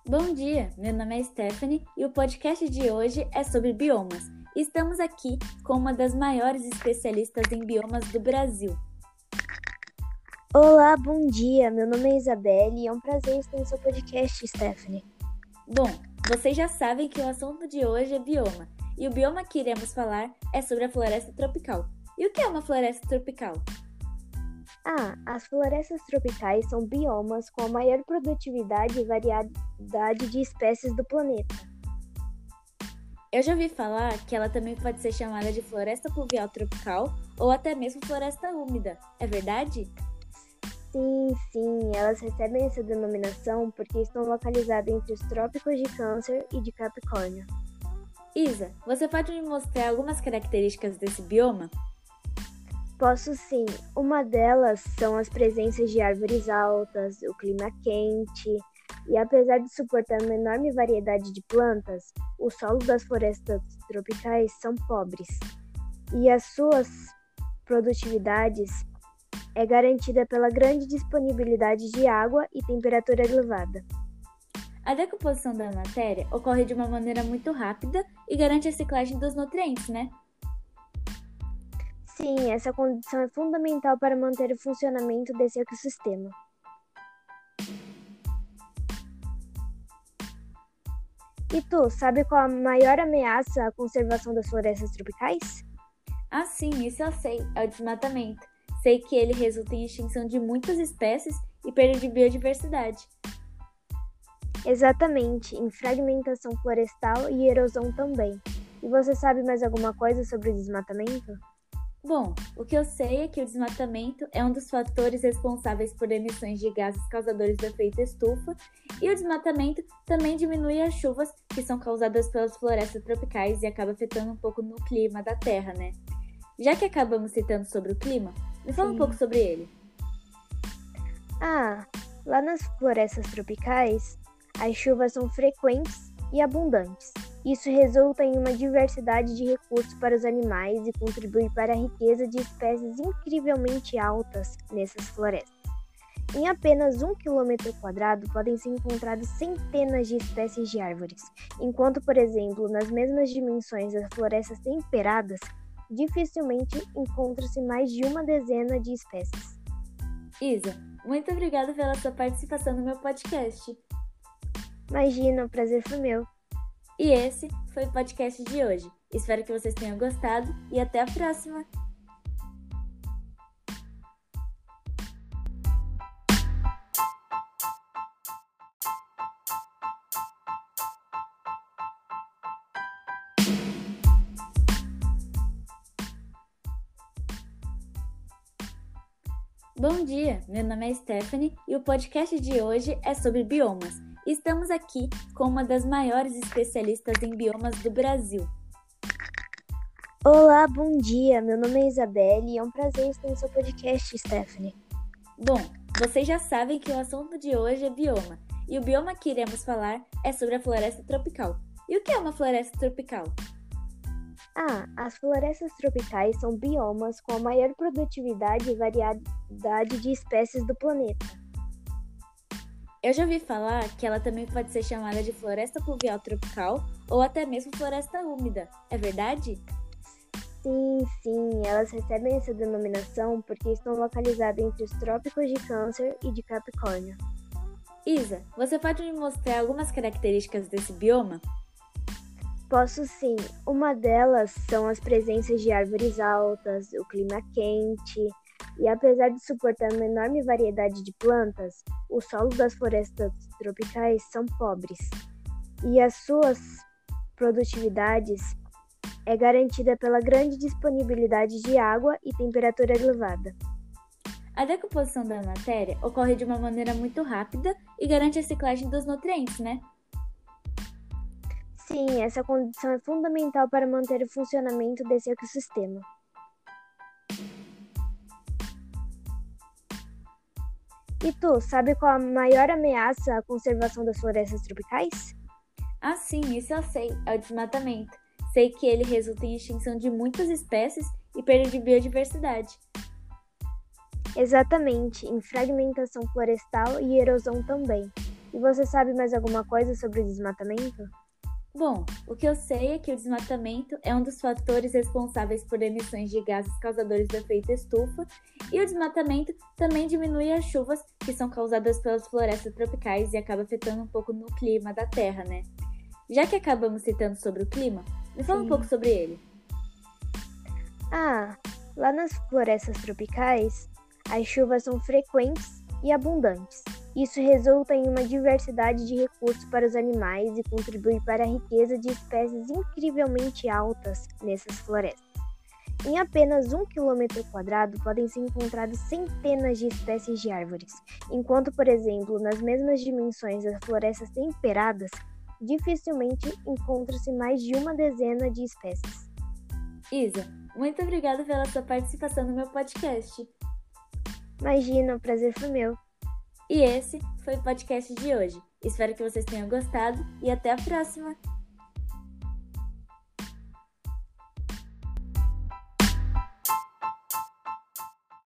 Bom dia, meu nome é Stephanie e o podcast de hoje é sobre biomas. Estamos aqui com uma das maiores especialistas em biomas do Brasil. Olá, bom dia. Meu nome é Isabelle e é um prazer estar em seu podcast, Stephanie. Bom, vocês já sabem que o assunto de hoje é bioma, e o bioma que iremos falar é sobre a floresta tropical. E o que é uma floresta tropical? As florestas tropicais são biomas com a maior produtividade e variedade de espécies do planeta. Eu já ouvi falar que ela também pode ser chamada de floresta pluvial tropical ou até mesmo floresta úmida. É verdade? Sim, elas recebem essa denominação porque estão localizadas entre os trópicos de Câncer e de Capricórnio. Isa, você pode me mostrar algumas características desse bioma? Posso sim. Uma delas são as presenças de árvores altas, o clima quente, e apesar de suportar uma enorme variedade de plantas, os solos das florestas tropicais são pobres, e as suas produtividades é garantida pela grande disponibilidade de água e temperatura elevada. A decomposição da matéria ocorre de uma maneira muito rápida e garante a ciclagem dos nutrientes, né? Sim, essa condição é fundamental para manter o funcionamento desse ecossistema. E tu, sabe qual a maior ameaça à conservação das florestas tropicais? Sim, isso eu sei, é o desmatamento. Sei que ele resulta em extinção de muitas espécies e perda de biodiversidade. Exatamente, em fragmentação florestal e erosão também. E você sabe mais alguma coisa sobre o desmatamento? Bom, o que eu sei é que o desmatamento é um dos fatores responsáveis por emissões de gases causadores do efeito estufa, e o desmatamento também diminui as chuvas que são causadas pelas florestas tropicais e acaba afetando um pouco no clima da Terra, né? Já que acabamos citando sobre o clima, me fala um pouco sobre ele. Lá nas florestas tropicais, as chuvas são frequentes e abundantes. Isso resulta em uma diversidade de recursos para os animais e contribui para a riqueza de espécies incrivelmente altas nessas florestas. Em apenas 1 km² podem ser encontradas centenas de espécies de árvores, enquanto, por exemplo, nas mesmas dimensões das florestas temperadas, dificilmente encontra-se mais de uma dezena de espécies. Isa, muito obrigada pela sua participação no meu podcast. Imagina, o prazer foi meu. E esse foi o podcast de hoje. Espero que vocês tenham gostado e até a próxima! Bom dia, meu nome é Stephanie e o podcast de hoje é sobre biomas. Estamos aqui com uma das maiores especialistas em biomas do Brasil. Olá, bom dia. Meu nome é Isabelle e é um prazer estar em seu podcast, Stephanie. Bom, vocês já sabem que o assunto de hoje é bioma, e o bioma que iremos falar é sobre a floresta tropical. E o que é uma floresta tropical? As florestas tropicais são biomas com a maior produtividade e variedade de espécies do planeta. Eu já ouvi falar que ela também pode ser chamada de floresta pluvial tropical ou até mesmo floresta úmida. É verdade? Sim, elas recebem essa denominação porque estão localizadas entre os trópicos de Câncer e de Capricórnio. Isa, você pode me mostrar algumas características desse bioma? Posso sim. Uma delas são as presenças de árvores altas, o clima quente, e apesar de suportar uma enorme variedade de plantas, os solos das florestas tropicais são pobres, e as suas produtividades é garantida pela grande disponibilidade de água e temperatura elevada. A decomposição da matéria ocorre de uma maneira muito rápida e garante a ciclagem dos nutrientes, né? Sim, essa condição é fundamental para manter o funcionamento desse ecossistema. E tu, sabe qual a maior ameaça à conservação das florestas tropicais? Sim, isso eu sei, é o desmatamento. Sei que ele resulta em extinção de muitas espécies e perda de biodiversidade. Exatamente, em fragmentação florestal e erosão também. E você sabe mais alguma coisa sobre o desmatamento? Bom, o que eu sei é que o desmatamento é um dos fatores responsáveis por emissões de gases causadores do efeito estufa, e o desmatamento também diminui as chuvas que são causadas pelas florestas tropicais e acaba afetando um pouco no clima da Terra, né? Já que acabamos citando sobre o clima, me fala um pouco sobre ele. Lá nas florestas tropicais, as chuvas são frequentes e abundantes. Isso resulta em uma diversidade de recursos para os animais e contribui para a riqueza de espécies incrivelmente altas nessas florestas. Em apenas 1 km² podem ser encontradas centenas de espécies de árvores, enquanto, por exemplo, nas mesmas dimensões das florestas temperadas, dificilmente encontra-se mais de uma dezena de espécies. Isa, muito obrigada pela sua participação no meu podcast. Imagina, o prazer foi meu. E esse foi o podcast de hoje. Espero que vocês tenham gostado e até a próxima!